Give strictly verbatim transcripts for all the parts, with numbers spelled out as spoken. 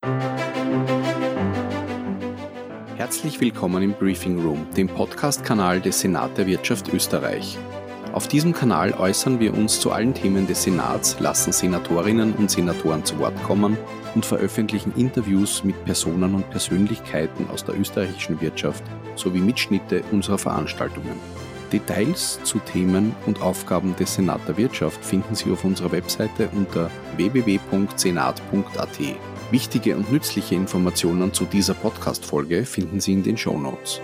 Herzlich willkommen im Briefing Room, dem Podcast-Kanal des Senat der Wirtschaft Österreich. Auf diesem Kanal äußern wir uns zu allen Themen des Senats, lassen Senatorinnen und Senatoren zu Wort kommen und veröffentlichen Interviews mit Personen und Persönlichkeiten aus der österreichischen Wirtschaft sowie Mitschnitte unserer Veranstaltungen. Details zu Themen und Aufgaben des Senat der Wirtschaft finden Sie auf unserer Webseite unter w w w punkt senat punkt a t. Wichtige und nützliche Informationen zu dieser Podcast-Folge finden Sie in den Shownotes.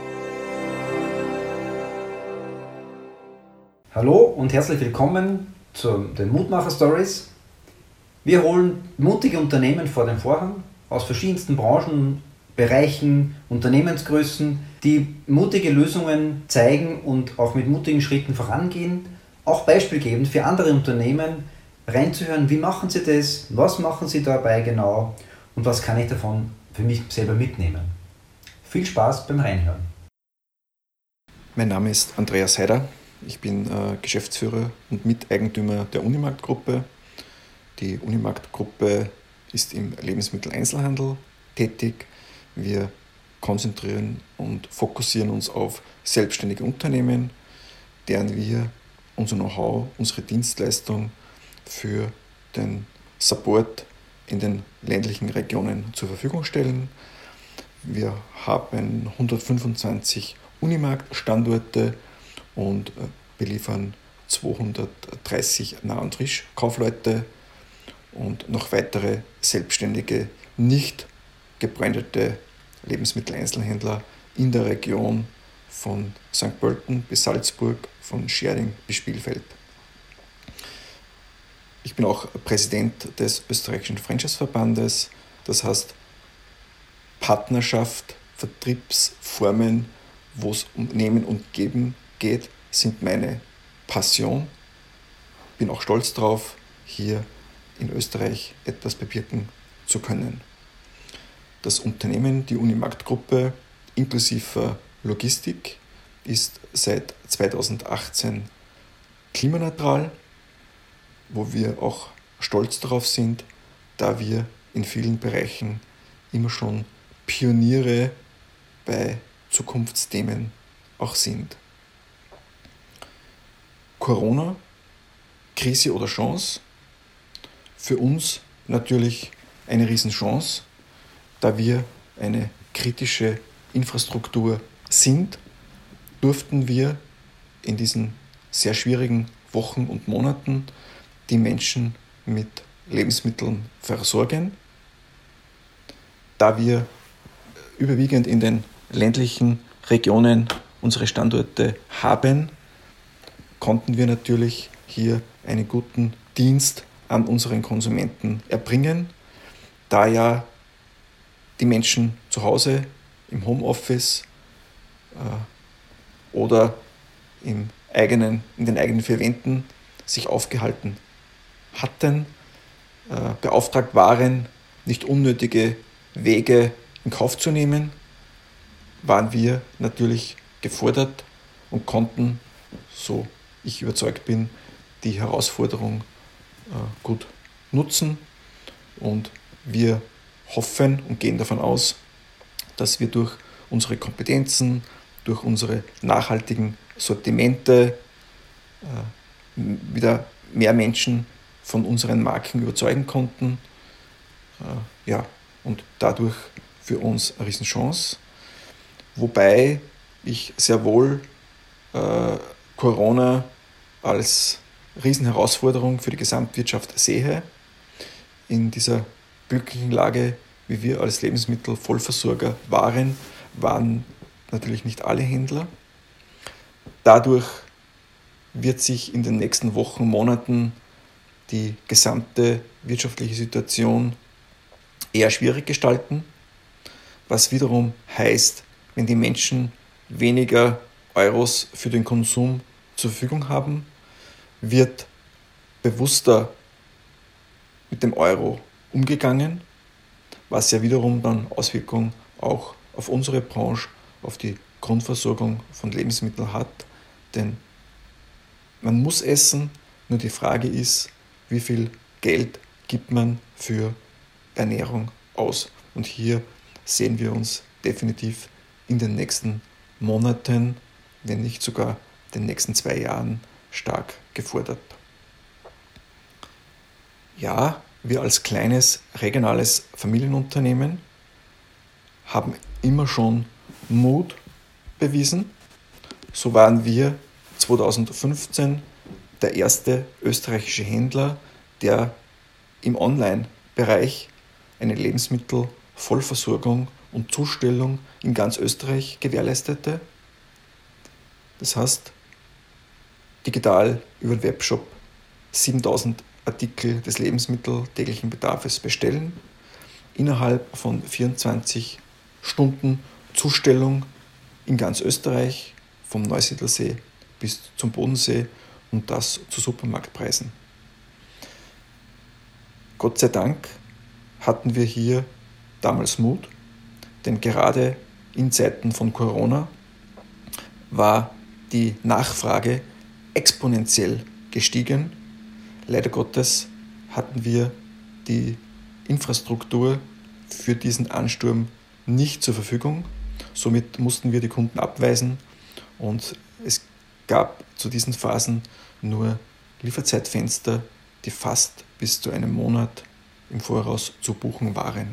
Hallo und herzlich willkommen zu den Mutmacher-Stories. Wir holen mutige Unternehmen vor den Vorhang aus verschiedensten Branchen, Bereichen, Unternehmensgrößen, die mutige Lösungen zeigen und auch mit mutigen Schritten vorangehen, auch beispielgebend für andere Unternehmen reinzuhören, wie machen sie das, was machen sie dabei genau und was kann ich davon für mich selber mitnehmen. Viel Spaß beim Reinhören. Mein Name ist Andreas Heider. Ich bin äh, Geschäftsführer und Miteigentümer der Unimarkt-Gruppe. Die Unimarkt-Gruppe ist im Lebensmitteleinzelhandel tätig. Wir konzentrieren und fokussieren uns auf selbstständige Unternehmen, deren wir unser Know-how, unsere Dienstleistung für den Support in den ländlichen Regionen zur Verfügung stellen. Wir haben hundertfünfundzwanzig Unimarkt-Standorte und beliefern zweihundertdreißig Nah- und Frischkaufleute und noch weitere selbstständige, nicht gebrandete Lebensmitteleinzelhändler in der Region von Sankt Pölten bis Salzburg, von Schärding bis Spielfeld. Ich bin auch Präsident des österreichischen Franchise-Verbandes, das heißt Partnerschaft, Vertriebsformen, wo es um Nehmen und Geben geht, sind meine Passion. Bin auch stolz darauf, hier in Österreich etwas bewirken zu können. Das Unternehmen, die Unimarkt-Gruppe inklusive Logistik, ist seit zweitausendachtzehn klimaneutral, wo wir auch stolz darauf sind, da wir in vielen Bereichen immer schon Pioniere bei Zukunftsthemen auch sind. Corona, Krise oder Chance? Für uns natürlich eine Riesenchance, da wir eine kritische Infrastruktur sind, durften wir in diesen sehr schwierigen Wochen und Monaten die Menschen mit Lebensmitteln versorgen. Da wir überwiegend in den ländlichen Regionen unsere Standorte haben, konnten wir natürlich hier einen guten Dienst an unseren Konsumenten erbringen, da ja die Menschen zu Hause im Homeoffice äh, oder im eigenen, in den eigenen vier Wänden sich aufgehalten hatten, äh, beauftragt waren, nicht unnötige Wege in Kauf zu nehmen, waren wir natürlich gefordert und konnten, so ich überzeugt bin, die Herausforderung äh, gut nutzen. Und wir hoffen und gehen davon aus, dass wir durch unsere Kompetenzen, durch unsere nachhaltigen Sortimente äh, wieder mehr Menschen von unseren Marken überzeugen konnten. Äh, ja, und dadurch für uns eine Riesenchance. Wobei ich sehr wohl äh, Corona als Riesenherausforderung für die Gesamtwirtschaft sehe. In dieser glücklichen Lage, wie wir als Lebensmittelvollversorger waren, waren natürlich nicht alle Händler. Dadurch wird sich in den nächsten Wochen, Monaten die gesamte wirtschaftliche Situation eher schwierig gestalten, was wiederum heißt, wenn die Menschen weniger Euros für den Konsum zur Verfügung haben, wird bewusster mit dem Euro umgegangen, was ja wiederum dann Auswirkungen auch auf unsere Branche, auf die Grundversorgung von Lebensmitteln hat. Denn man muss essen, nur die Frage ist, wie viel Geld gibt man für Ernährung aus. Und hier sehen wir uns definitiv in den nächsten Monaten, wenn nicht sogar den nächsten zwei Jahren stark gefordert. Ja, wir als kleines regionales Familienunternehmen haben immer schon Mut bewiesen. So waren wir zweitausendfünfzehn der erste österreichische Händler, der im Online-Bereich eine Lebensmittelvollversorgung und Zustellung in ganz Österreich gewährleistete. Das heißt, digital über den Webshop siebentausend Artikel des lebensmitteltäglichen Bedarfs bestellen, innerhalb von vierundzwanzig Stunden Zustellung in ganz Österreich, vom Neusiedlersee bis zum Bodensee, und das zu Supermarktpreisen. Gott sei Dank hatten wir hier damals Mut, denn gerade in Zeiten von Corona war die Nachfrage exponentiell gestiegen. Leider Gottes hatten wir die Infrastruktur für diesen Ansturm nicht zur Verfügung. Somit mussten wir die Kunden abweisen und es gab zu diesen Phasen nur Lieferzeitfenster, die fast bis zu einem Monat im Voraus zu buchen waren.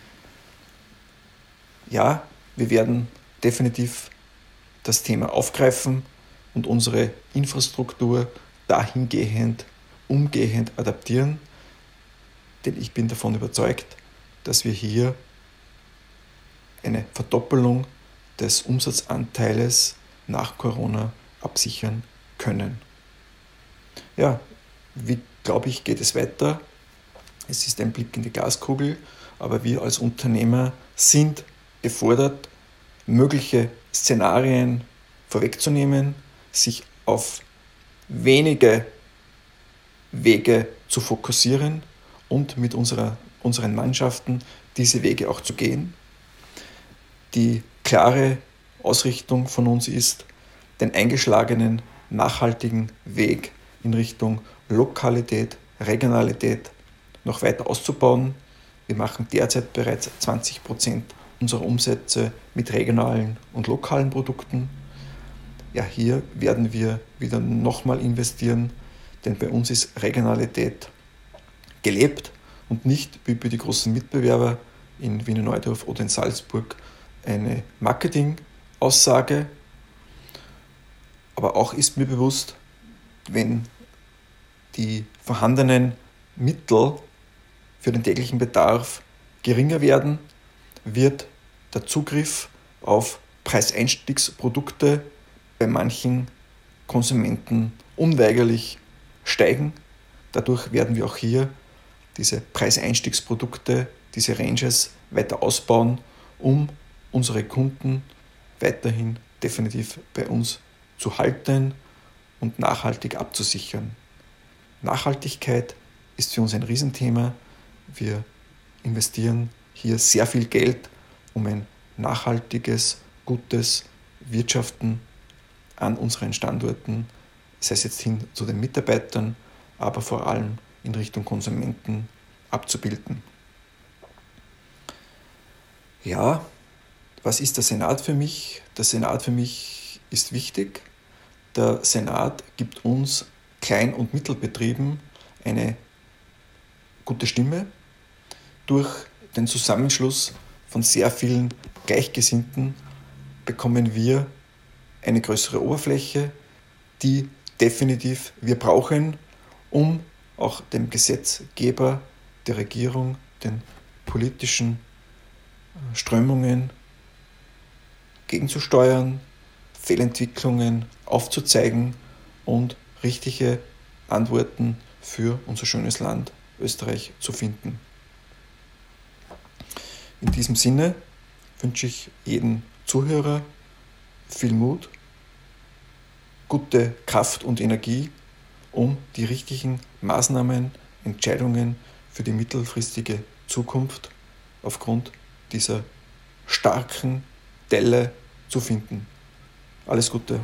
Ja, wir werden definitiv das Thema aufgreifen und unsere Infrastruktur dahingehend umgehend adaptieren, denn ich bin davon überzeugt, dass wir hier eine Verdoppelung des Umsatzanteiles nach Corona absichern können. Ja, wie glaube ich, geht es weiter? Es ist ein Blick in die Glaskugel, aber wir als Unternehmer sind gefordert, mögliche Szenarien vorwegzunehmen, sich auf wenige Wege zu fokussieren und mit unserer, unseren Mannschaften diese Wege auch zu gehen. Die klare Ausrichtung von uns ist, den eingeschlagenen, nachhaltigen Weg in Richtung Lokalität, Regionalität noch weiter auszubauen. Wir machen derzeit bereits zwanzig Prozent unserer Umsätze mit regionalen und lokalen Produkten. Ja, hier werden wir wieder nochmal investieren, denn bei uns ist Regionalität gelebt und nicht wie bei den großen Mitbewerber in Wiener Neudorf oder in Salzburg eine Marketing-Aussage. Aber auch ist mir bewusst, wenn die vorhandenen Mittel für den täglichen Bedarf geringer werden, wird der Zugriff auf Preiseinstiegsprodukte bei manchen Konsumenten unweigerlich steigen. Dadurch werden wir auch hier diese Preiseinstiegsprodukte, diese Ranges weiter ausbauen, um unsere Kunden weiterhin definitiv bei uns zu halten und nachhaltig abzusichern. Nachhaltigkeit ist für uns ein Riesenthema. Wir investieren hier sehr viel Geld, um ein nachhaltiges, gutes Wirtschaften an unseren Standorten, sei es jetzt hin zu den Mitarbeitern, aber vor allem in Richtung Konsumenten abzubilden. Ja, was ist der Senat für mich? Der Senat für mich ist wichtig. Der Senat gibt uns Klein- und Mittelbetrieben eine gute Stimme. Durch den Zusammenschluss von sehr vielen Gleichgesinnten bekommen wir eine größere Oberfläche, die definitiv wir brauchen, um auch dem Gesetzgeber, der Regierung, den politischen Strömungen gegenzusteuern, Fehlentwicklungen aufzuzeigen und richtige Antworten für unser schönes Land Österreich zu finden. In diesem Sinne wünsche ich jedem Zuhörer viel Mut, gute Kraft und Energie, um die richtigen Maßnahmen, Entscheidungen für die mittelfristige Zukunft aufgrund dieser starken Delle zu finden. Alles Gute.